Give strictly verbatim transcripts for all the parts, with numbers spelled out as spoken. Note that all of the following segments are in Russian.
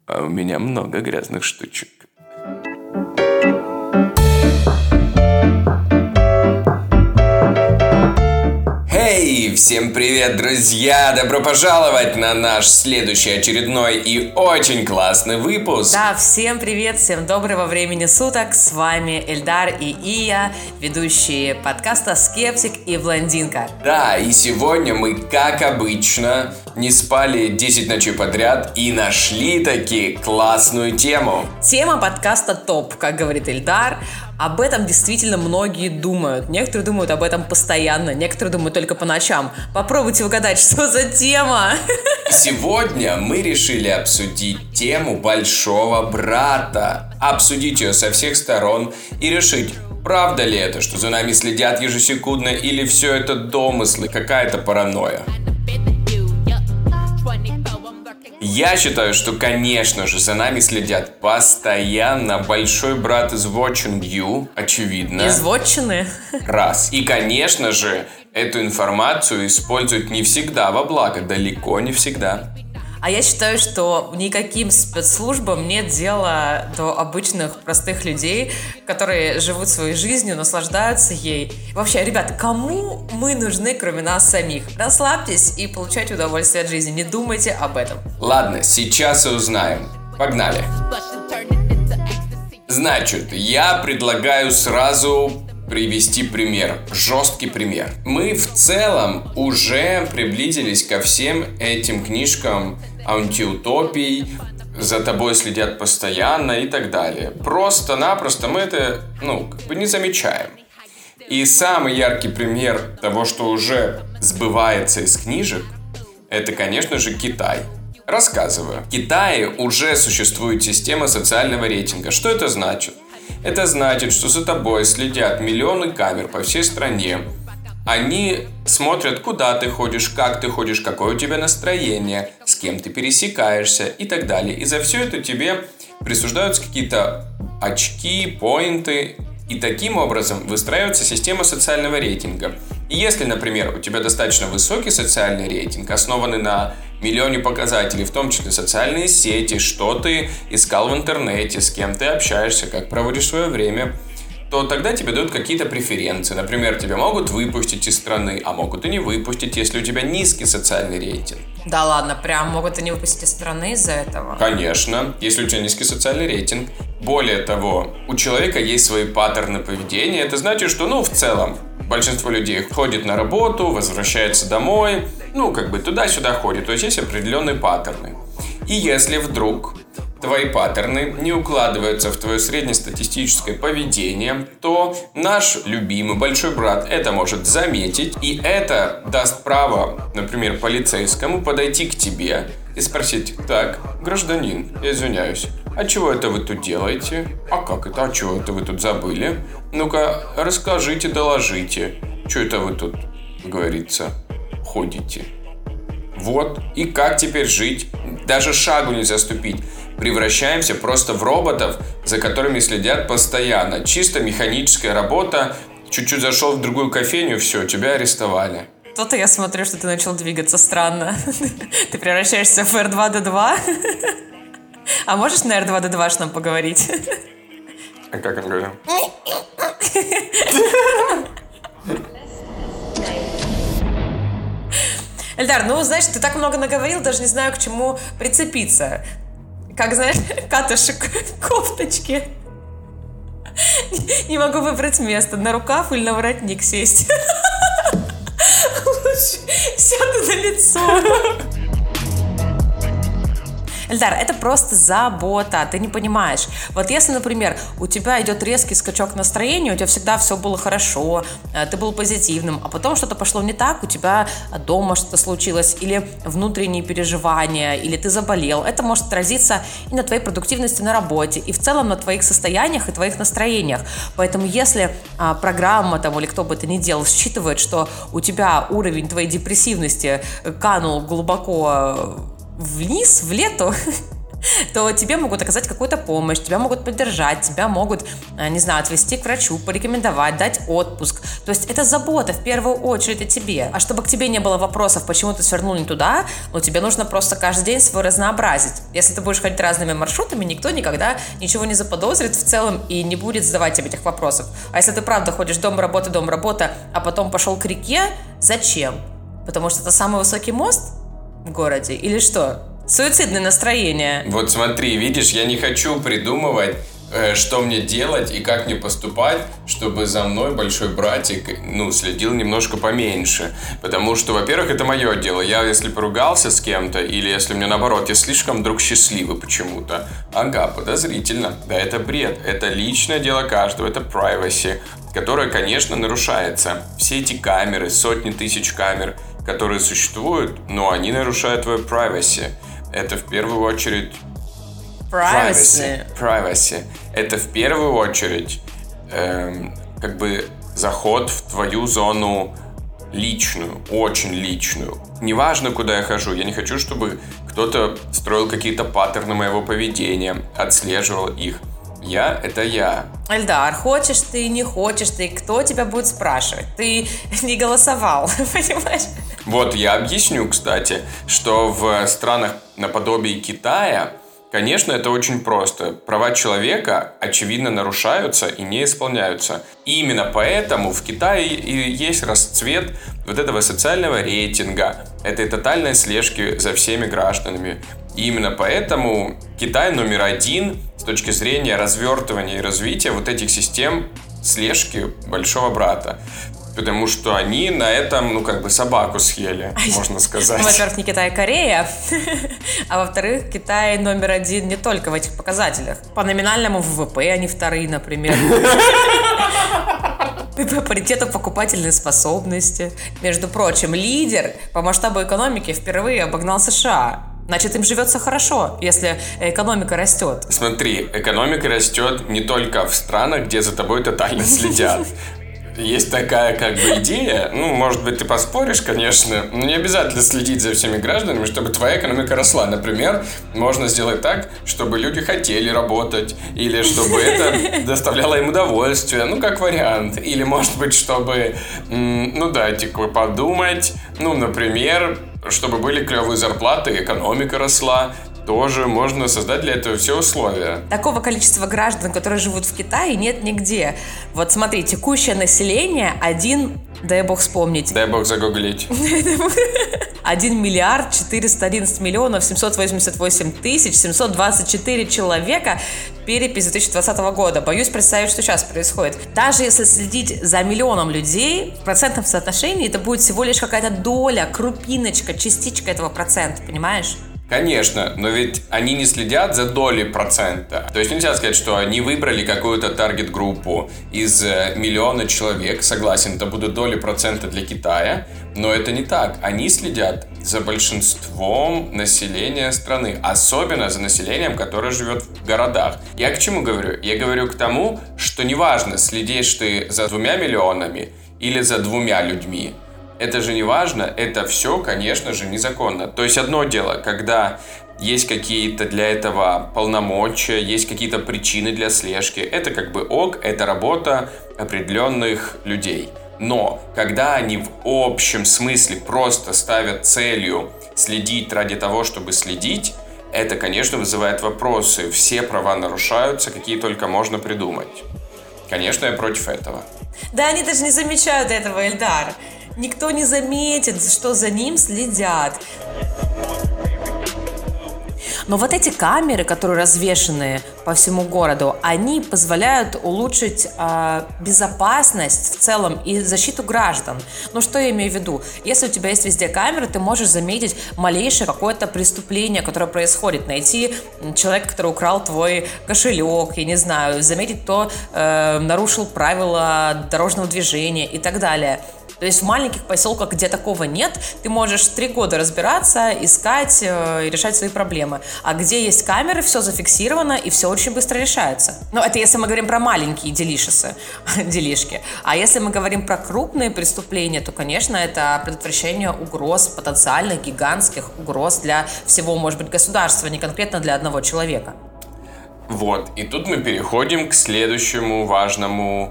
а у меня много грязных штучек. Эй, всем привет, друзья! Добро пожаловать на наш следующий очередной и очень классный выпуск. Да, всем привет, всем доброго времени суток. С вами Эльдар и Ия, ведущие подкаста «Скептик и блондинка». Да, и сегодня мы, как обычно, не спали десять ночей подряд и нашли таки классную тему. Тема подкаста топ, как говорит Эльдар. Об этом действительно многие думают. Некоторые думают об этом постоянно, некоторые думают только по ночам. Попробуйте угадать, что за тема. Сегодня мы решили обсудить тему большого брата. Обсудить ее со всех сторон и решить, правда ли это, что за нами следят ежесекундно, или все это домыслы, какая-то паранойя. Я считаю, что, конечно же, за нами следят постоянно. Большой брат is watching you, очевидно. Из вотчины? Раз. И, конечно же, эту информацию используют не всегда во благо, далеко не всегда. А я считаю, что никаким спецслужбам нет дела до обычных простых людей, которые живут своей жизнью, наслаждаются ей. Вообще, ребята, кому мы нужны, кроме нас самих? Расслабьтесь и получайте удовольствие от жизни. Не думайте об этом. Ладно, сейчас и узнаем. Погнали. Значит, я предлагаю сразу привести пример, жесткий пример. Мы в целом уже приблизились ко всем этим книжкам антиутопий, за тобой следят постоянно и так далее. Просто-напросто мы это, ну, как бы не замечаем. И самый яркий пример того, что уже сбывается из книжек, это, конечно же, Китай. Рассказываю. В Китае уже существует система социального рейтинга. Что это значит? Это значит, что за тобой следят миллионы камер по всей стране. Они смотрят, куда ты ходишь, как ты ходишь, какое у тебя настроение, с кем ты пересекаешься и так далее. И за все это тебе присуждаются какие-то очки, поинты. И таким образом выстраивается система социального рейтинга. И если, например, у тебя достаточно высокий социальный рейтинг, основанный на миллионе показателей, в том числе социальные сети, что ты искал в интернете, с кем ты общаешься, как проводишь свое время, то тогда тебе дают какие-то преференции. Например, тебя могут выпустить из страны, а могут и не выпустить, если у тебя низкий социальный рейтинг. Да ладно, прям могут и не выпустить из страны из-за этого? Конечно, если у тебя низкий социальный рейтинг. Более того, у человека есть свои паттерны поведения. Это значит, что, ну, в целом, большинство людей ходит на работу, возвращается домой, ну, как бы туда-сюда ходит. То есть есть определенные паттерны. И если вдруг твои паттерны не укладываются в твое среднестатистическое поведение, то наш любимый большой брат это может заметить, и это даст право, например, полицейскому подойти к тебе и спросить: так, гражданин, я извиняюсь, а чего это вы тут делаете? А как это? А чего это вы тут забыли? Ну-ка, расскажите, доложите, что это вы тут, говорится, ходите? Вот, и как теперь жить? Даже шагу нельзя ступить. Превращаемся просто в роботов, за которыми следят постоянно. Чисто механическая работа. Чуть-чуть зашел в другую кофейню, все, тебя арестовали. То-то я смотрю, что ты начал двигаться странно. Ты превращаешься в эр два дэ два. А можешь на эр два дэ два-шном поговорить? А как он говорил? Эльдар, ну, знаешь, ты так много наговорил, даже не знаю, к чему прицепиться. Как, знаешь, катышек кофточки. Не могу выбрать место, на рукав или на воротник сесть. Лучше сяду на лицо. Эльдар, это просто забота, ты не понимаешь. Вот если, например, у тебя идет резкий скачок настроения, у тебя всегда все было хорошо, ты был позитивным, а потом что-то пошло не так, у тебя дома что-то случилось, или внутренние переживания, или ты заболел, это может отразиться и на твоей продуктивности на работе, и в целом на твоих состояниях и твоих настроениях. Поэтому если а, программа там, или кто бы это ни делал, считывает, что у тебя уровень твоей депрессивности канул глубоко вниз, в лету, то тебе могут оказать какую-то помощь, тебя могут поддержать, тебя могут, не знаю, отвезти к врачу, порекомендовать, дать отпуск. То есть это забота в первую очередь о тебе. А чтобы к тебе не было вопросов, почему ты свернул не туда, ну тебе нужно просто каждый день свой разнообразить. Если ты будешь ходить разными маршрутами, никто никогда ничего не заподозрит в целом и не будет задавать тебе этих вопросов. А если ты правда ходишь дом, работа, дом, работа, а потом пошел к реке, зачем? Потому что это самый высокий мост в городе? Или что? Суицидное настроение. Вот смотри, видишь, я не хочу придумывать, э, что мне делать и как мне поступать, чтобы за мной большой братик, ну, следил немножко поменьше. Потому что, во-первых, это мое дело. Я, если поругался с кем-то, или если мне наоборот, я слишком вдруг счастливый почему-то. Ага, подозрительно. Да, это бред. Это личное дело каждого, это privacy, которое, конечно, нарушается. Все эти камеры, сотни тысяч камер, которые существуют, но они нарушают твою privacy. Это в первую очередь Privacy. privacy. privacy. Это в первую очередь эм, как бы заход в твою зону личную, очень личную. Неважно, куда я хожу, я не хочу, чтобы кто-то строил какие-то паттерны моего поведения, отслеживал их. Я — это я. Эльдар, хочешь ты, не хочешь ты, кто тебя будет спрашивать? Ты не голосовал, понимаешь? Вот, я объясню, кстати, что в странах наподобие Китая, конечно, это очень просто. Права человека, очевидно, нарушаются и не исполняются. И именно поэтому в Китае и есть расцвет вот этого социального рейтинга, этой тотальной слежки за всеми гражданами. И именно поэтому Китай номер один с точки зрения развертывания и развития вот этих систем слежки большого брата. Потому что они на этом, ну, как бы собаку съели, можно сказать. Во-первых, не Китай, а Корея. А во-вторых, Китай номер один не только в этих показателях. По номинальному ВВП они вторые, например. По паритету покупательной способности. Между прочим, лидер по масштабу экономики впервые обогнал США. Значит, им живется хорошо, если экономика растет. Смотри, экономика растет не только в странах, где за тобой тотально следят. Есть такая как бы идея, ну, может быть, ты поспоришь, конечно, но не обязательно следить за всеми гражданами, чтобы твоя экономика росла. Например, можно сделать так, чтобы люди хотели работать, или чтобы это доставляло им удовольствие, ну, как вариант. Или, может быть, чтобы, ну, да, типа, подумать, ну, например, чтобы были клевые зарплаты, экономика росла. Тоже можно создать для этого все условия. Такого количества граждан, которые живут в Китае, нет нигде. Вот смотри, текущее население один, дай бог вспомнить. Дай бог загуглить. один миллиард четыреста одиннадцать миллионов семьсот восемьдесят восемь тысяч семьсот двадцать четыре человека. Перепись две тысячи двадцатого года. Боюсь представить, что сейчас происходит. Даже если следить за миллионом людей, в процентном соотношении это будет всего лишь какая-то доля, крупиночка, частичка этого процента, понимаешь? Конечно, но ведь они не следят за долей процента. То есть нельзя сказать, что они выбрали какую-то таргет-группу из миллиона человек. Согласен, это будут доли процента для Китая, но это не так. Они следят за большинством населения страны, особенно за населением, которое живет в городах. Я к чему говорю? Я говорю к тому, что неважно, следишь ты за двумя миллионами или за двумя людьми. Это же не важно, это все, конечно же, незаконно. То есть одно дело, когда есть какие-то для этого полномочия, есть какие-то причины для слежки, это как бы ок, это работа определенных людей. Но когда они в общем смысле просто ставят целью следить ради того, чтобы следить, это, конечно, вызывает вопросы. Все права нарушаются, какие только можно придумать. Конечно, я против этого. Да они даже не замечают этого, Эльдар. Никто не заметит, что за ним следят. Но вот эти камеры, которые развешаны по всему городу, они позволяют улучшить э, безопасность в целом и защиту граждан. Ну, что я имею в виду? Если у тебя есть везде камеры, ты можешь заметить малейшее какое-то преступление, которое происходит. Найти человека, который украл твой кошелек, я не знаю, заметить, кто э, нарушил правила дорожного движения и так далее. То есть в маленьких поселках, где такого нет, ты можешь три года разбираться, искать э, и решать свои проблемы. А где есть камеры, все зафиксировано и все очень быстро решается. Но это если мы говорим про маленькие делишесы, делишки. А если мы говорим про крупные преступления, то, конечно, это предотвращение угроз, потенциальных гигантских угроз для всего, может быть, государства, не конкретно для одного человека. Вот, и тут мы переходим к следующему важному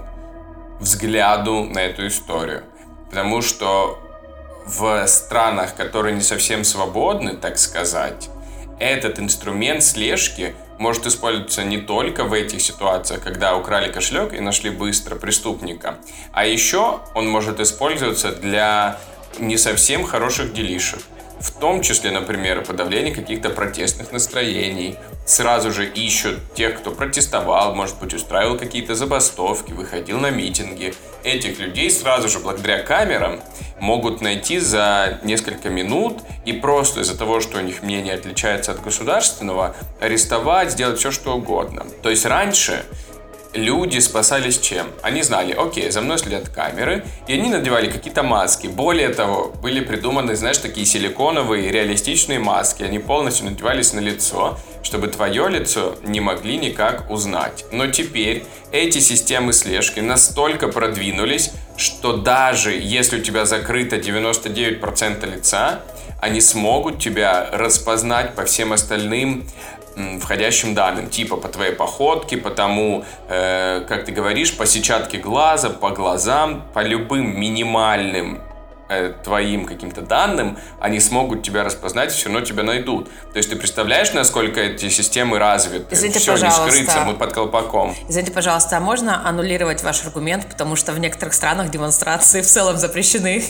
взгляду на эту историю. Потому что в странах, которые не совсем свободны, так сказать, этот инструмент слежки может использоваться не только в этих ситуациях, когда украли кошелек и нашли быстро преступника, а еще он может использоваться для не совсем хороших делишек. В том числе, например, подавление каких-то протестных настроений. Сразу же ищут тех, кто протестовал, может быть, устраивал какие-то забастовки, выходил на митинги. Этих людей сразу же, благодаря камерам, могут найти за несколько минут и просто из-за того, что у них мнение отличается от государственного, арестовать, сделать все, что угодно. То есть раньше люди спасались чем? Они знали, окей, за мной следят камеры, и они надевали какие-то маски. Более того, были придуманы, знаешь, такие силиконовые реалистичные маски. Они полностью надевались на лицо, чтобы твое лицо не могли никак узнать. Но теперь эти системы слежки настолько продвинулись, что даже если у тебя закрыто девяносто девять процентов лица, они смогут тебя распознать по всем остальным входящим данным, типа по твоей походке, по тому, э, как ты говоришь, по сетчатке глаза, по глазам, по любым минимальным э, твоим каким-то данным, они смогут тебя распознать, все равно тебя найдут. То есть ты представляешь, насколько эти системы развиты? Извините, все, пожалуйста. Не скрыться, мы под колпаком. Извините, пожалуйста, а можно аннулировать ваш аргумент, потому что в некоторых странах демонстрации в целом запрещены?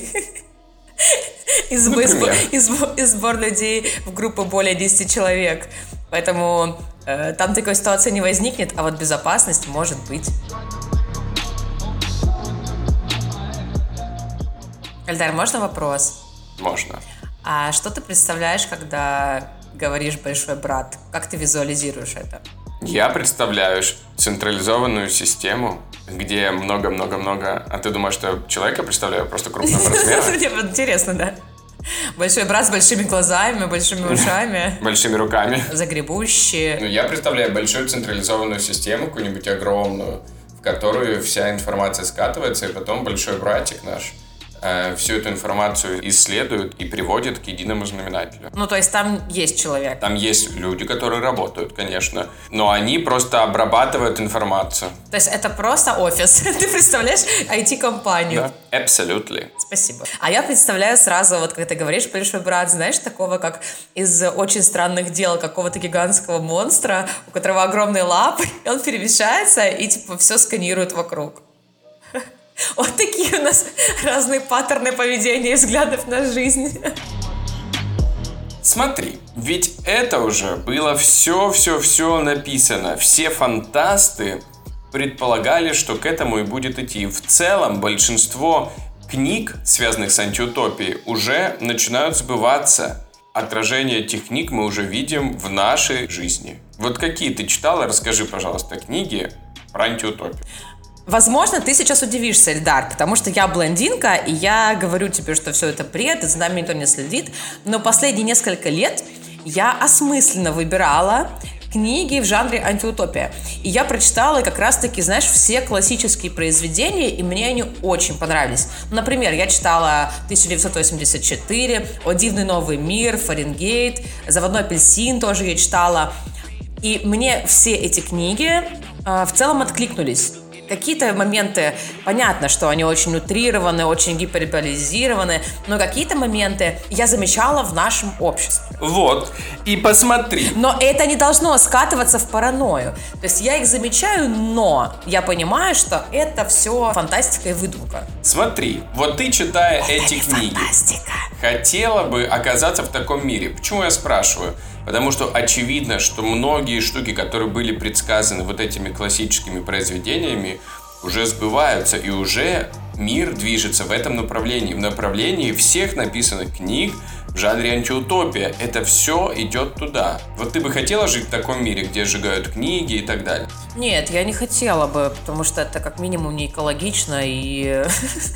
Из сбор людей в группы более десяти человек. Поэтому э, там такой ситуации не возникнет, а вот безопасность может быть. Эльдар, можно вопрос? Можно. А что ты представляешь, когда говоришь «большой брат»? Как ты визуализируешь это? Я представляю централизованную систему, где много-много-много... А ты думаешь, что человека представляю просто крупного размера? Мне интересно, да. Большой брат с большими глазами, большими ушами. Большими руками. Загребущие. Ну, я представляю большую централизованную систему, какую-нибудь огромную, в которую вся информация скатывается, и потом большой братик наш э, всю эту информацию исследует и приводит к единому знаменателю. Ну, то есть там есть человек. Там есть люди, которые работают, конечно, но они просто обрабатывают информацию. То есть это просто офис. Ты представляешь ай ти-компанию. Да, абсолютно. Спасибо. А я представляю сразу, вот когда ты говоришь «большой брат», знаешь, такого, как из «Очень странных дел» какого-то гигантского монстра, у которого огромные лапы, и он перемещается и типа все сканирует вокруг. Вот такие у нас разные паттерны поведения и взглядов на жизнь. Смотри, ведь это уже было все-все-все написано. Все фантасты предполагали, что к этому и будет идти. В целом, большинство книг, связанных с антиутопией, уже начинают сбываться. Отражение этих книг мы уже видим в нашей жизни. Вот какие ты читала? Расскажи, пожалуйста, книги про антиутопию. Возможно, ты сейчас удивишься, Эльдар, потому что я блондинка, и я говорю тебе, что все это бред, и за нами никто не следит. Но последние несколько лет я осмысленно выбирала книги в жанре антиутопия. И я прочитала как раз-таки, знаешь, все классические произведения, и мне они очень понравились. Например, я читала тысяча девятьсот восемьдесят четыре, «О дивный новый мир», «Фаренгейт», «Заводной апельсин» тоже я читала. И мне все эти книги э, в целом откликнулись. Какие-то моменты, понятно, что они очень утрированы, очень гиперболизированы, но какие-то моменты я замечала в нашем обществе. Вот, и посмотри. Но это не должно скатываться в паранойю. То есть я их замечаю, но я понимаю, что это все фантастика и выдумка. Смотри, вот ты, читая это эти не книги, фантастика. Хотела бы оказаться в таком мире. Почему я спрашиваю? Потому что очевидно, что многие штуки, которые были предсказаны вот этими классическими произведениями, уже сбываются, и уже мир движется в этом направлении, в направлении всех написанных книг в жанре антиутопия. Это все идет туда. Вот ты бы хотела жить в таком мире, где сжигают книги и так далее? Нет, я не хотела бы, потому что это как минимум не экологично и...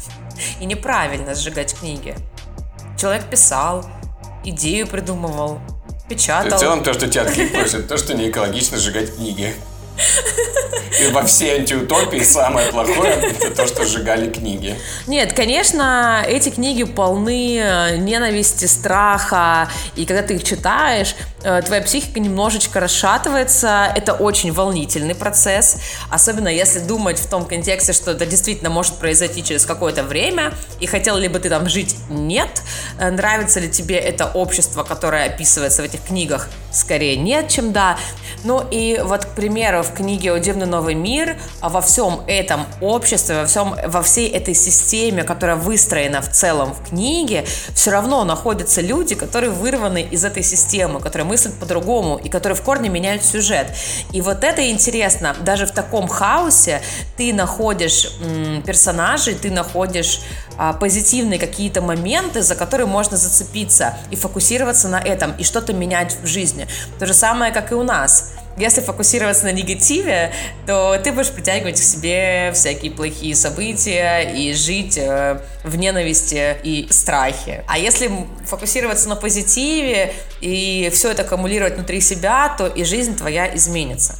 И неправильно сжигать книги. Человек писал, идею придумывал, печатал. В целом, то, что тебя откликнулось, это то, что не экологично сжигать книги. И во всей антиутопии самое плохое — это то, что сжигали книги. Нет, конечно, эти книги полны ненависти, страха, и когда ты их читаешь, твоя психика немножечко расшатывается. Это очень волнительный процесс, особенно если думать в том контексте, что это действительно может произойти через какое-то время, и хотел ли бы ты там жить? Нет. Нравится ли тебе это общество, которое описывается в этих книгах? Скорее нет, чем да. Ну и вот, к примеру, в книге «О дивный новый мир» во всем этом обществе, во, всем, во всей этой системе, которая выстроена в целом в книге, все равно находятся люди, которые вырваны из этой системы, которые мыслят по-другому и которые в корне меняют сюжет. И вот это интересно. Даже в таком хаосе ты находишь м, персонажей, ты находишь а, позитивные какие-то моменты, за которые можно зацепиться и фокусироваться на этом, и что-то менять в жизни. То же самое, как и у нас. Если фокусироваться на негативе, то ты будешь притягивать к себе всякие плохие события и жить э, в ненависти и страхе. А если фокусироваться на позитиве и все это аккумулировать внутри себя, то и жизнь твоя изменится.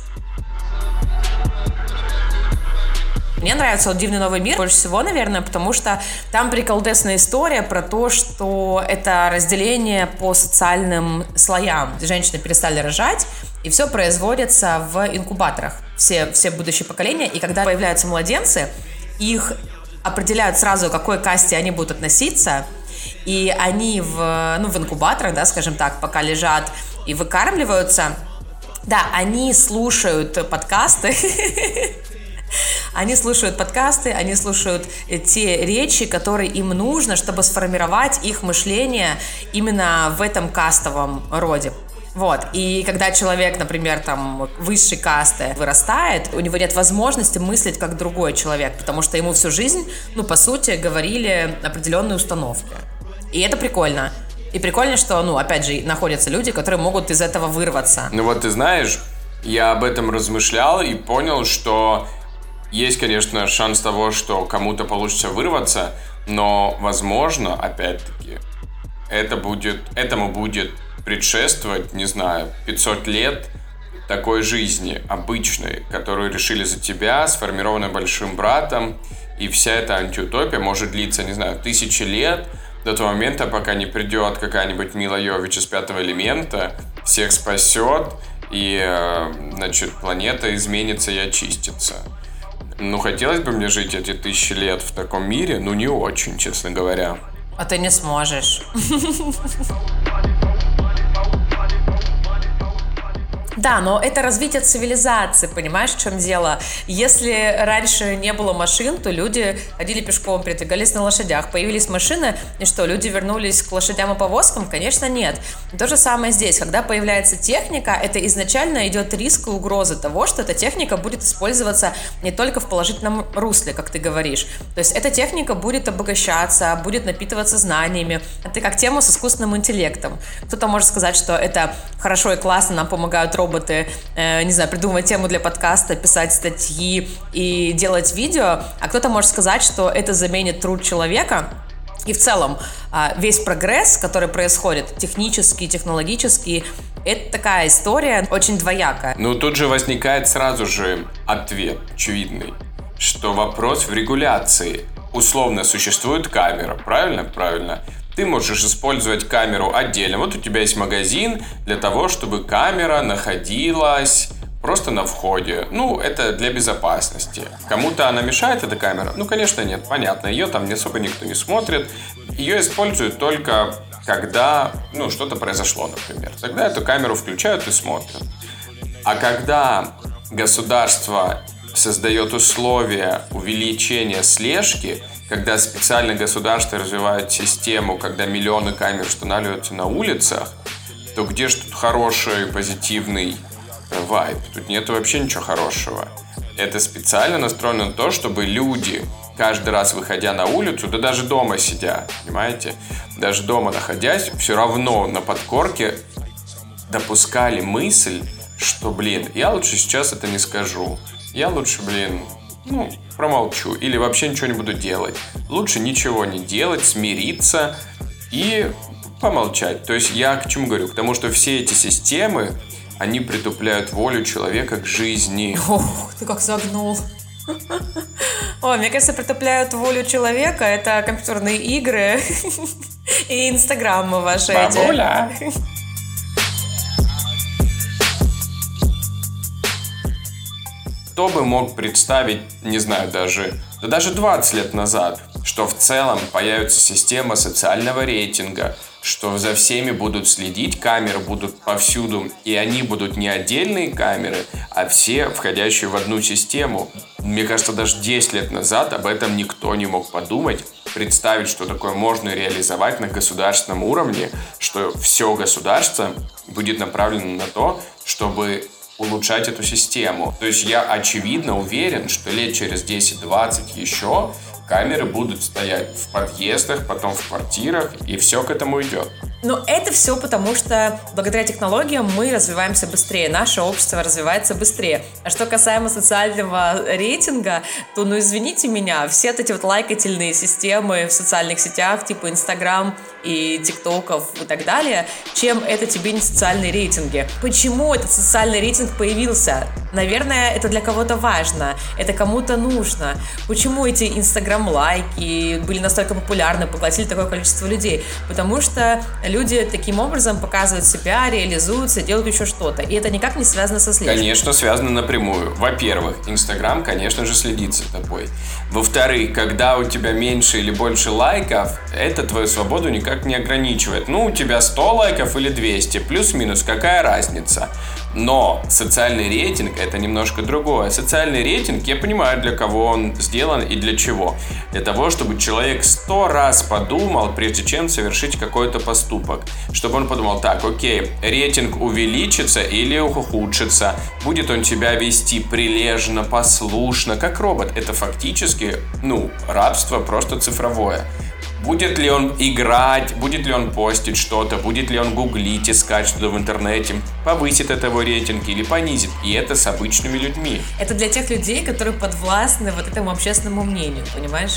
Мне нравится «О дивный новый мир» больше всего, наверное, потому что там приколдесная история про то, что это разделение по социальным слоям. Женщины перестали рожать, и все производится в инкубаторах. Все, все будущие поколения. И когда появляются младенцы, их определяют сразу, к какой касте они будут относиться. И они в, ну, в инкубаторах, да, скажем так, пока лежат и выкармливаются, да, они слушают подкасты. Они слушают подкасты, они слушают те речи, которые им нужно, чтобы сформировать их мышление именно в этом кастовом роде. Вот. И когда человек, например, там, высшей касты вырастает, у него нет возможности мыслить как другой человек, потому что ему всю жизнь, ну, по сути, говорили определенные установки. И это прикольно. И прикольно, что, ну, опять же, находятся люди, которые могут из этого вырваться. Ну вот ты знаешь, я об этом размышлял и понял, что есть, конечно, шанс того, что кому-то получится вырваться, но, возможно, опять-таки, это будет, этому будет предшествовать, не знаю, пятьсот лет такой жизни обычной, которую решили за тебя, сформированной большим братом, и вся эта антиутопия может длиться, не знаю, тысячи лет, до того момента, пока не придет какая-нибудь Мила Йовович из «Пятого элемента», всех спасет, и, значит, планета изменится и очистится. Ну, хотелось бы мне жить эти тысячи лет в таком мире, ну, не очень, честно говоря. А ты не сможешь. Да, но это развитие цивилизации, понимаешь, в чем дело? Если раньше не было машин, то люди ходили пешком, передвигались на лошадях. Появились машины, и что, люди вернулись к лошадям и повозкам? Конечно, нет. То же самое здесь. Когда появляется техника, это изначально идет риск и угроза того, что эта техника будет использоваться не только в положительном русле, как ты говоришь. То есть эта техника будет обогащаться, будет напитываться знаниями. Это как тема с искусственным интеллектом. Кто-то может сказать, что это хорошо и классно, нам помогают роботы, э, не знаю, придумывать тему для подкаста, писать статьи и делать видео, а кто-то может сказать, что это заменит труд человека. И в целом весь прогресс, который происходит, технический, технологический, это такая история очень двоякая. Ну, тут же возникает сразу же ответ очевидный, что вопрос в регуляции. Условно существует камера, правильно? Правильно. Ты можешь использовать камеру отдельно. Вот у тебя есть магазин для того, чтобы камера находилась просто на входе. Ну, это для безопасности. Кому-то она мешает, эта камера? Ну, конечно, нет, понятно. Ее там не особо никто не смотрит. Ее используют только когда, ну, что-то произошло, например. Тогда эту камеру включают и смотрят. А когда государство создает условия увеличения слежки, когда специально государство развивает систему, когда миллионы камер устанавливаются на улицах, то где же тут хороший, позитивный вайб? Тут нет вообще ничего хорошего. Это специально настроено на то, чтобы люди, каждый раз выходя на улицу, да даже дома сидя, понимаете, даже дома находясь, все равно на подкорке допускали мысль, что, блин, я лучше сейчас это не скажу. Я лучше, блин, ну, промолчу или вообще ничего не буду делать. Лучше ничего не делать, смириться и помолчать. То есть я к чему говорю? К тому, что все эти системы, они притупляют волю человека к жизни. Ох, ты как загнул. Ой, мне кажется, притупляют волю человека. Это компьютерные игры и инстаграмы ваши эти. Бабуля. Кто бы мог представить, не знаю, даже, да даже двадцать лет назад, что в целом появится система социального рейтинга, что за всеми будут следить, камеры будут повсюду, и они будут не отдельные камеры, а все входящие в одну систему. Мне кажется, даже десять лет назад об этом никто не мог подумать, представить, что такое можно реализовать на государственном уровне, что все государство будет направлено на то, чтобы улучшать эту систему. То есть я очевидно уверен, что лет через десять-двадцать еще камеры будут стоять в подъездах, потом в квартирах, и все к этому идет. Но это все потому, что благодаря технологиям мы развиваемся быстрее, наше общество развивается быстрее. А что касаемо социального рейтинга, то, ну извините меня, все вот эти вот лайкательные системы в социальных сетях, типа Инстаграм и ТикТоков и так далее, чем это тебе не социальные рейтинги? Почему этот социальный рейтинг появился? Наверное, это для кого-то важно, это кому-то нужно. Почему эти Инстаграм-лайки были настолько популярны, поглотили такое количество людей? Потому что люди таким образом показывают себя, реализуются, делают еще что-то. И это никак не связано со слежкой. Конечно, связано напрямую. Во-первых, Инстаграм, конечно же, следит за тобой. Во-вторых, когда у тебя меньше или больше лайков, это твою свободу никак не ограничивает. Ну, у тебя сто лайков или двести, плюс-минус, какая разница? Но социальный рейтинг — это немножко другое. Социальный рейтинг, я понимаю, для кого он сделан и для чего. Для того, чтобы человек сто раз подумал, прежде чем совершить какой-то поступок. Чтобы он подумал: так, окей, рейтинг увеличится или ухудшится. Будет он тебя вести прилежно, послушно, как робот. Это фактически, ну, рабство просто цифровое. Будет ли он играть, будет ли он постить что-то, будет ли он гуглить, искать что-то в интернете, повысит это его рейтинг или понизит. И это с обычными людьми. Это для тех людей, которые подвластны вот этому общественному мнению, понимаешь?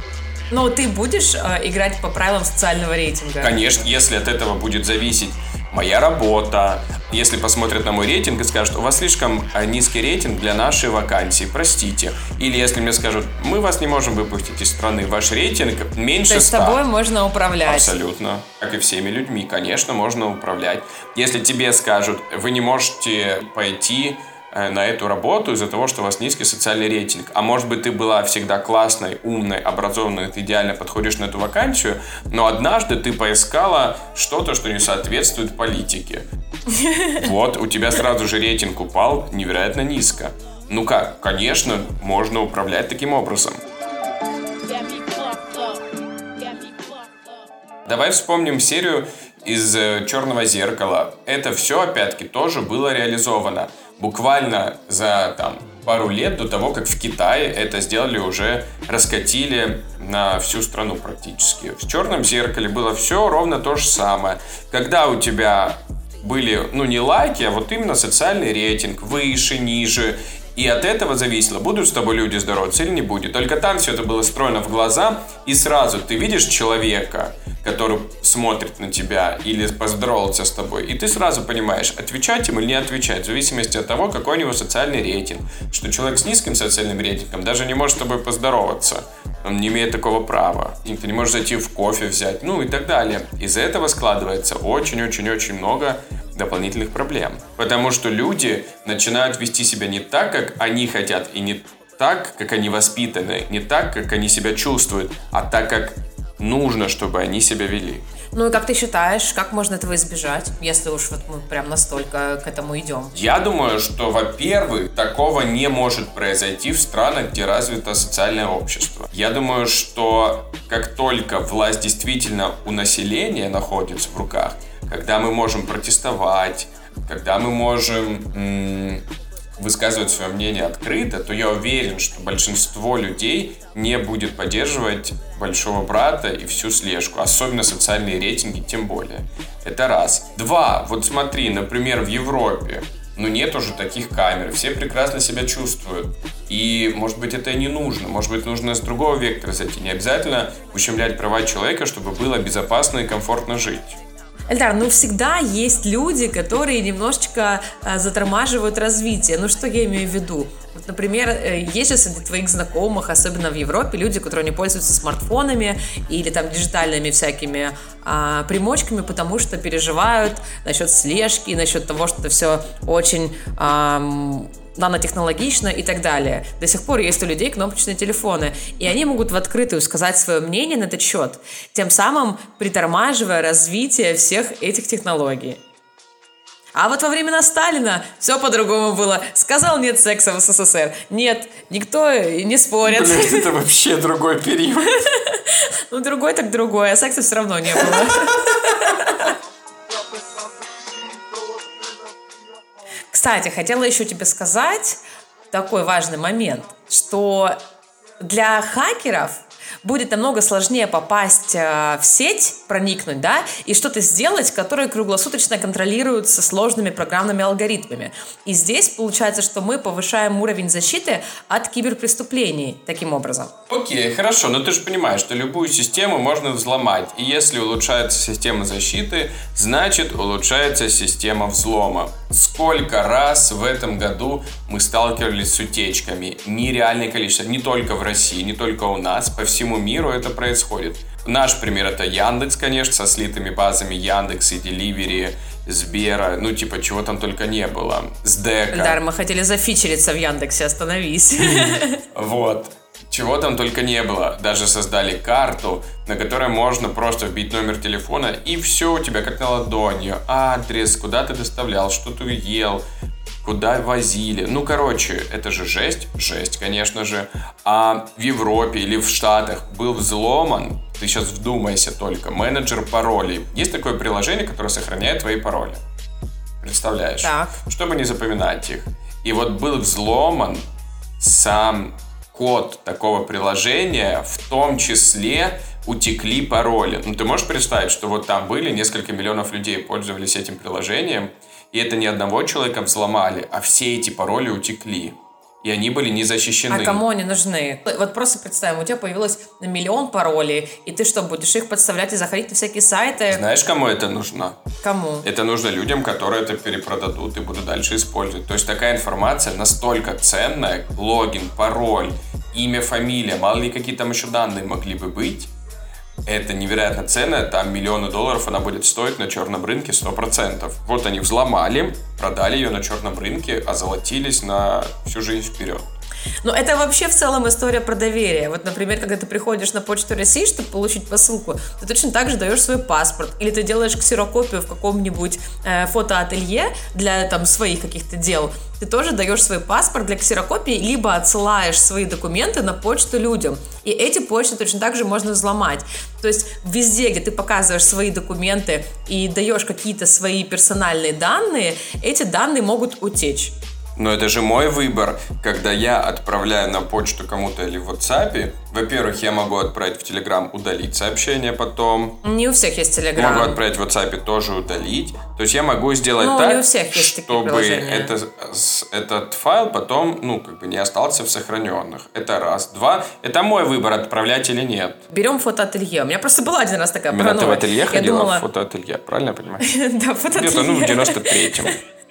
Но ты будешь э, играть по правилам социального рейтинга? Конечно, если от этого будет зависеть моя работа. Если посмотрят на мой рейтинг и скажут: у вас слишком низкий рейтинг для нашей вакансии, простите. Или если мне скажут: мы вас не можем выпустить из страны, ваш рейтинг меньше ста. То есть с тобой можно управлять? Абсолютно. Как и всеми людьми, конечно, можно управлять. Если тебе скажут: вы не можете пойти на эту работу из-за того, что у вас низкий социальный рейтинг. А может быть, ты была всегда классной, умной, образованной, ты идеально подходишь на эту вакансию, но однажды ты поискала что-то, что не соответствует политике. Вот, у тебя сразу же рейтинг упал невероятно низко. Ну как, конечно, можно управлять таким образом. Давай вспомним серию из «Черного зеркала». Это все, опять-таки, тоже было реализовано. Буквально за там, пару лет до того, как в Китае это сделали, уже раскатили на всю страну практически. В «Черном зеркале» было все ровно то же самое. Когда у тебя были, ну, не лайки, а вот именно социальный рейтинг, выше, ниже. И от этого зависело, будут с тобой люди здороваться или не будет. Только там все это было встроено в глаза, и сразу ты видишь человека, который смотрит на тебя или поздоровался с тобой, и ты сразу понимаешь, отвечать ему или не отвечать, в зависимости от того, какой у него социальный рейтинг. Что человек с низким социальным рейтингом даже не может с тобой поздороваться. Он не имеет такого права. И ты не можешь зайти в кофе взять, ну и так далее. Из-за этого складывается очень-очень-очень много дополнительных проблем. Потому что люди начинают вести себя не так, как они хотят, и не так, как они воспитаны, не так, как они себя чувствуют, а так, как нужно, чтобы они себя вели. Ну и как ты считаешь, как можно этого избежать, если уж вот мы прям настолько к этому идем? Я думаю, что, во-первых, такого не может произойти в странах, где развито социальное общество. Я думаю, что как только власть действительно у населения находится в руках, когда мы можем протестовать, когда мы можем м- высказывать свое мнение открыто, то я уверен, что большинство людей не будет поддерживать большого брата и всю слежку, особенно социальные рейтинги, тем более. Это раз. Два. Вот смотри, например, в Европе но нет уже таких камер. Все прекрасно себя чувствуют. И, может быть, это и не нужно. Может быть, нужно с другого вектора зайти. Не обязательно ущемлять права человека, чтобы было безопасно и комфортно жить. Эльдар, ну всегда есть люди, которые немножечко а, затормаживают развитие. Ну что я имею в виду? Вот, например, есть же среди твоих знакомых, особенно в Европе, люди, которые не пользуются смартфонами или там диджитальными всякими а, примочками, потому что переживают насчет слежки, насчет того, что это все очень... А, нанотехнологично и так далее. До сих пор есть у людей кнопочные телефоны, и они могут в открытую сказать свое мнение на этот счет, тем самым притормаживая развитие всех этих технологий. А вот во времена Сталина все по-другому было. Сказал нет секса в СССР. Нет, никто не спорит. Блин, это вообще другой период. Ну, другой так другой, а секса все равно не было. Кстати, хотела еще тебе сказать такой важный момент, что для хакеров будет намного сложнее попасть в сеть, проникнуть, да, и что-то сделать, которые круглосуточно контролируются сложными программными алгоритмами. И здесь получается, что мы повышаем уровень защиты от киберпреступлений таким образом. Окей, хорошо, но ты же понимаешь, что любую систему можно взломать. И если улучшается система защиты, значит улучшается система взлома. Сколько раз в этом году мы сталкивались с утечками? Нереальное количество. Не только в России, не только у нас, по всему миру это происходит. Наш пример — это Яндекс, конечно, со слитыми базами Яндекс и Деливери, Сбера, ну типа чего там только не было. Сдэка. Эльдар, мы хотели зафичериться в Яндексе, остановись. Вот. Чего там только не было. Даже создали карту, на которой можно просто вбить номер телефона, и все у тебя как на ладони. Адрес, куда ты доставлял, что ты ел, куда возили. Ну, короче, это же жесть. Жесть, конечно же. А в Европе или в Штатах был взломан, ты сейчас вдумайся только, менеджер паролей. Есть такое приложение, которое сохраняет твои пароли. Представляешь? Так. Чтобы не запоминать их. И вот был взломан сам код такого приложения, в том числе утекли пароли. Ну, ты можешь представить, что вот там были несколько миллионов людей, пользовались этим приложением, и это не одного человека взломали, а все эти пароли утекли. И они были не защищены. А кому они нужны? Вот просто представим, у тебя появилось миллион паролей, и ты что, будешь их подставлять и заходить на всякие сайты? Знаешь, кому это нужно? Кому? Это нужно людям, которые это перепродадут и будут дальше использовать. То есть такая информация настолько ценная, логин, пароль, имя, фамилия, мало ли какие там еще данные могли бы быть. Это невероятно ценно, там миллионы долларов она будет стоить на черном рынке сто процентов. Вот они взломали, продали ее на черном рынке, озолотились на всю жизнь вперед. Но это вообще в целом история про доверие. Вот, например, когда ты приходишь на Почту России, чтобы получить посылку, ты точно так же даешь свой паспорт. Или ты делаешь ксерокопию в каком-нибудь э, фотоателье для там своих каких-то дел. Ты тоже даешь свой паспорт для ксерокопии, либо отсылаешь свои документы на почту людям. И эти почты точно так же можно взломать. То есть везде, где ты показываешь свои документы и даешь какие-то свои персональные данные, эти данные могут утечь. Но это же мой выбор, когда я отправляю на почту кому-то или в WhatsApp. Во-первых, я могу отправить в Telegram, удалить сообщение потом. Не у всех есть Telegram. Могу отправить в WhatsApp, тоже удалить. То есть я могу сделать ну, так, не у всех есть чтобы это, этот файл потом, ну, как бы не остался в сохраненных. Это раз. Два, это мой выбор, отправлять или нет. Берем фотоателье. У меня просто была один раз такая паранойя. паранойя. Ты в ателье ходила? Думала... В фотоателье, правильно я понимаю? Да, фотоателье. Где-то, ну, в девяносто третьем.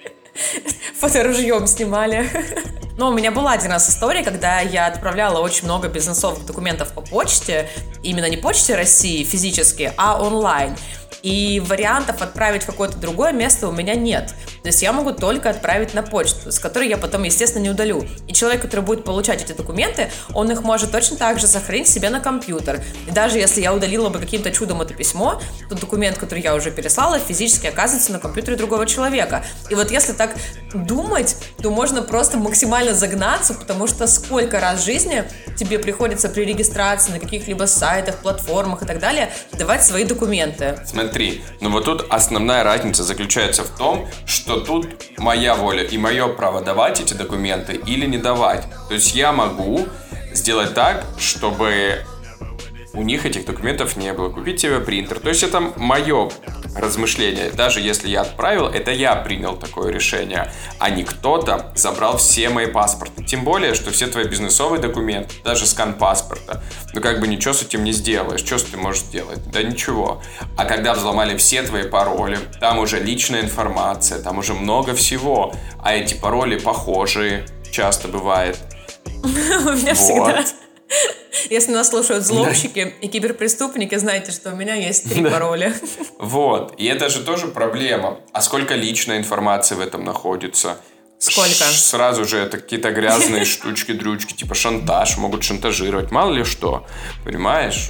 Фоторужьем снимали. Но у меня была один раз история, когда я отправляла очень много бизнесовых документов по почте, именно не почте России физически, а онлайн. И вариантов отправить в какое-то другое место у меня нет. То есть я могу только отправить на почту, с которой я потом, естественно, не удалю. И человек, который будет получать эти документы, он их может точно так же сохранить себе на компьютер. И даже если я удалила бы каким-то чудом это письмо, то документ, который я уже переслала, физически оказывается на компьютере другого человека. И вот если так думать, то можно просто максимально загнаться, потому что сколько раз в жизни тебе приходится при регистрации на каких-либо сайтах, платформах и так далее давать свои документы. Смотри, ну вот тут основная разница заключается в том, что тут моя воля и мое право давать эти документы или не давать. То есть я могу сделать так, чтобы у них этих документов не было, купить себе принтер. То есть это мое размышления. Даже если я отправил, это я принял такое решение, а не кто-то забрал все мои паспорты. Тем более, что все твои бизнесовые документы, даже скан паспорта, ну как бы ничего с этим не сделаешь. Что ты можешь сделать? Да ничего. А когда взломали все твои пароли, там уже личная информация, там уже много всего. А эти пароли похожие, часто бывает. У меня всегда... Если нас слушают взломщики и киберпреступники, знайте, что у меня есть три пароля. Вот. И это же тоже проблема. А сколько личной информации в этом находится? Сколько? Ш- сразу же это какие-то грязные штучки-дрючки, типа шантаж, могут шантажировать. Мало ли что. Понимаешь?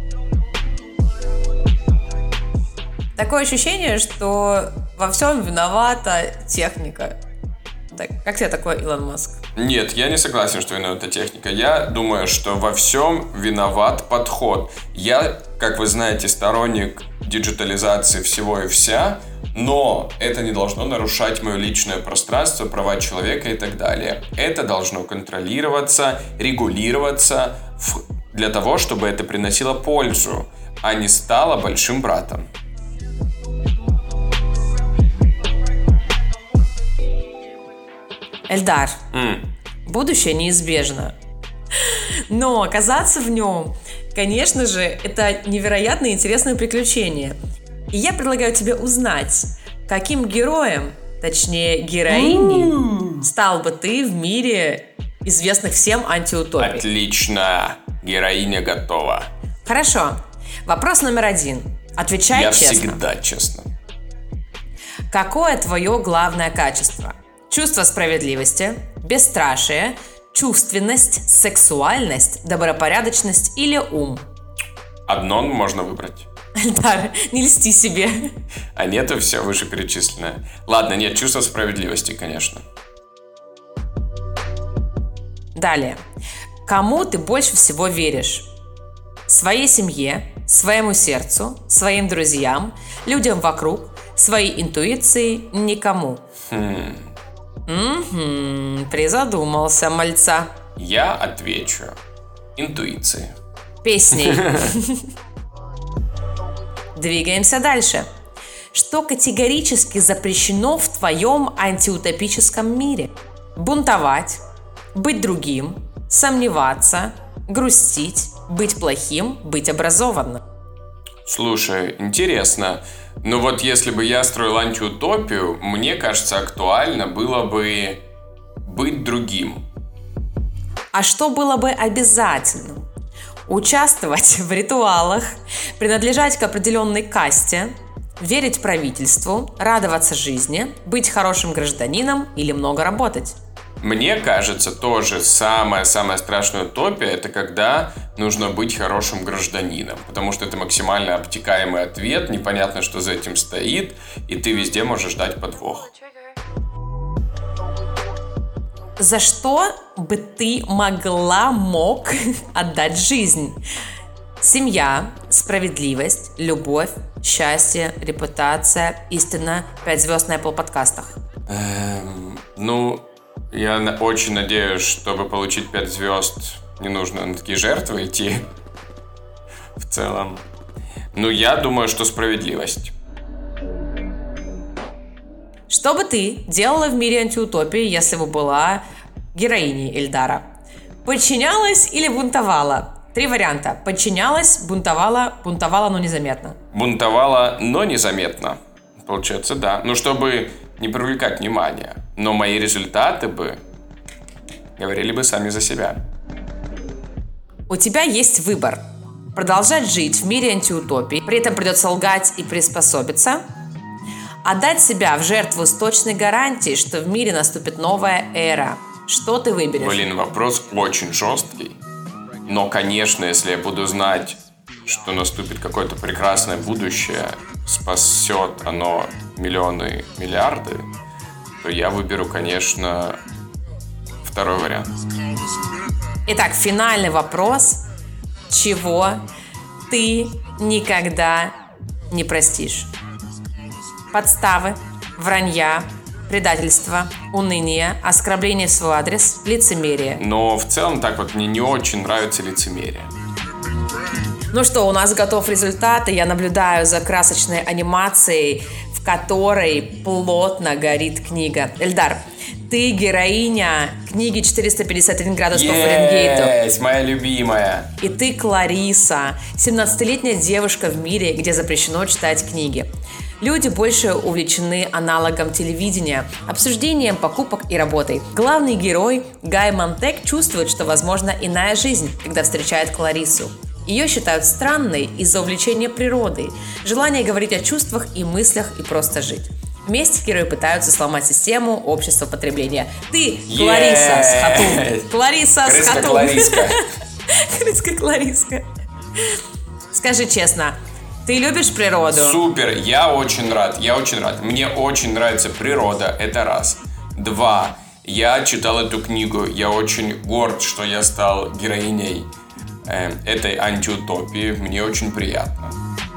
Такое ощущение, что во всем виновата техника. Так, как тебе такой Илон Маск? Нет, я не согласен, что виновата техника. Я думаю, что во всем виноват подход. Я, как вы знаете, сторонник диджитализации всего и вся, но это не должно нарушать мое личное пространство, права человека и так далее. Это должно контролироваться, регулироваться для того, чтобы это приносило пользу, а не стало большим братом. Эльдар, Mm. будущее неизбежно. Но оказаться в нем, конечно же, это невероятно интересное приключение. И я предлагаю тебе узнать, каким героем, точнее героиней, mm. стал бы ты в мире известных всем антиутопий. Отлично. Героиня готова. Хорошо. Вопрос номер один. Отвечай я честно. Я всегда честно. Какое твое главное качество? Чувство справедливости, бесстрашие, чувственность, сексуальность, добропорядочность или ум? Одно можно выбрать. Да, не льсти себе. А нету все вышеперечисленное. Ладно, нет, чувство справедливости, конечно. Далее. Кому ты больше всего веришь? Своей семье, своему сердцу, своим друзьям, людям вокруг, своей интуиции, никому? Хм... Угу, призадумался, мальца. Я отвечу. Интуиции. Песней. Двигаемся дальше. Что категорически запрещено в твоем антиутопическом мире? Бунтовать, быть другим, сомневаться, грустить, быть плохим, быть образованным. Слушай, интересно. Но вот если бы я строил антиутопию, мне кажется, актуально было бы быть другим. А что было бы обязательным? Участвовать в ритуалах, принадлежать к определенной касте, верить правительству, радоваться жизни, быть хорошим гражданином или много работать? Мне кажется, тоже самая-самая страшная утопия – это когда нужно быть хорошим гражданином. Потому что это максимально обтекаемый ответ, непонятно, что за этим стоит, и ты везде можешь ждать подвох. За что бы ты могла, мог отдать жизнь? Семья, справедливость, любовь, счастье, репутация, истина, пять звезд на Apple подкастах. Эм, ну... Я очень надеюсь, чтобы получить пять звезд, не нужно на такие жертвы идти. В целом. Ну, я думаю, что справедливость. Что бы ты делала в мире антиутопии, если бы была героиней Эльдара? Подчинялась или бунтовала? Три варианта. Подчинялась, бунтовала, бунтовала, но незаметно. Бунтовала, но незаметно. Получается, да. Ну, чтобы не привлекать внимания. Но мои результаты бы говорили бы сами за себя. У тебя есть выбор. Продолжать жить в мире антиутопии, при этом придется лгать и приспособиться. Отдать себя в жертву с точной гарантией, что в мире наступит новая эра. Что ты выберешь? Блин, вопрос очень жесткий. Но, конечно, если я буду знать, что наступит какое-то прекрасное будущее, спасет оно миллионы, миллиарды, то я выберу, конечно, второй вариант. Итак, финальный вопрос. Чего ты никогда не простишь? Подставы, вранья, предательство, уныние, оскорбление в свой адрес, лицемерие. Но в целом так вот мне не очень нравится лицемерие. Ну что, у нас готов результат, и я наблюдаю за красочной анимацией, в которой плотно горит книга. Эльдар, ты героиня книги четыреста пятьдесят один градус по Фаренгейту. Есть, моя любимая. И ты Клариса, семнадцатилетняя девушка в мире, где запрещено читать книги. Люди больше увлечены аналогом телевидения, обсуждением покупок и работой. Главный герой Гай Монтек чувствует, что возможна иная жизнь, когда встречает Кларису. Ее считают странной из-за увлечения природой, желания говорить о чувствах и мыслях и просто жить. Вместе герои пытаются сломать систему общества потребления. Ты Клариса с Хатун. Клариса с Хатун. Клариска. Крыска Клариска. Скажи честно, ты любишь природу? Супер, я очень рад, я очень рад. Мне очень нравится природа, это раз. Два, я читал эту книгу, я очень горд, что я стал героиней э, этой антиутопии, мне очень приятно.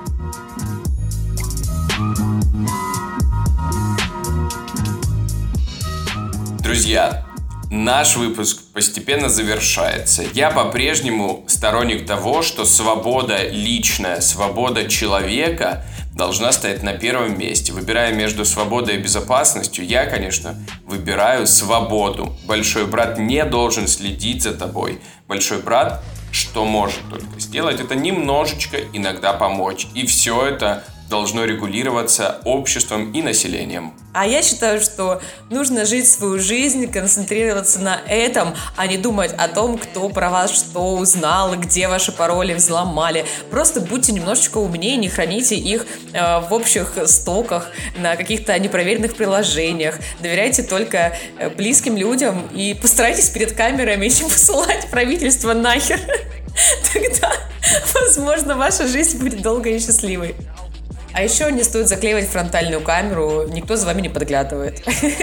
Друзья, наш выпуск постепенно завершается. Я по-прежнему сторонник того, что свобода личная, свобода человека должна стоять на первом месте. Выбирая между свободой и безопасностью, я, конечно, выбираю свободу. Большой брат не должен следить за тобой. Большой брат, что может только сделать, это немножечко иногда помочь. И все это должно регулироваться обществом и населением. А я считаю, что нужно жить свою жизнь, концентрироваться на этом, а не думать о том, кто про вас что узнал, где ваши пароли взломали. Просто будьте немножечко умнее, не храните их э, в общих стоках, на каких-то непроверенных приложениях. Доверяйте только э, близким людям и постарайтесь перед камерами не посылать правительство нахер. Тогда, возможно, ваша жизнь будет долгой и счастливой. А еще не стоит заклеивать фронтальную камеру, никто за вами не подглядывает.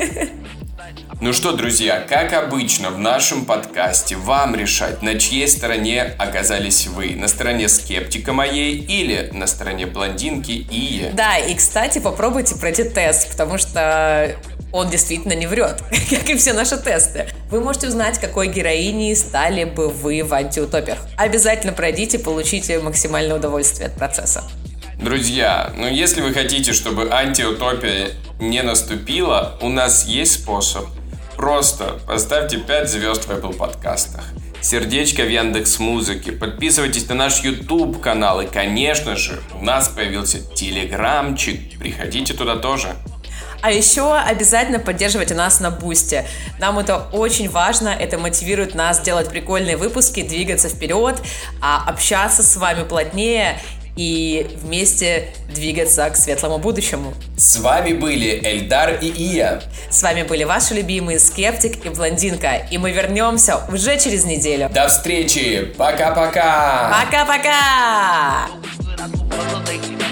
Ну что, друзья, как обычно в нашем подкасте вам решать, на чьей стороне оказались вы. На стороне скептика моей или на стороне блондинки Ии. Да, и, кстати, попробуйте пройти тест, потому что он действительно не врет, как и все наши тесты. Вы можете узнать, какой героиней стали бы вы в антиутопиях. Обязательно пройдите, получите максимальное удовольствие от процесса. Друзья, ну если вы хотите, чтобы антиутопия не наступила, у нас есть способ. Просто поставьте пять звезд в Apple подкастах, сердечко в Яндекс.Музыке, подписывайтесь на наш YouTube канал и, конечно же, у нас появился телеграмчик, приходите туда тоже. А еще обязательно поддерживайте нас на Бусти. Нам это очень важно, это мотивирует нас делать прикольные выпуски, двигаться вперед, общаться с вами плотнее и вместе двигаться к светлому будущему. С вами были Эльдар и Ия. С вами были ваши любимые Скептик и Блондинка. И мы вернемся уже через неделю. До встречи! Пока-пока! Пока-пока!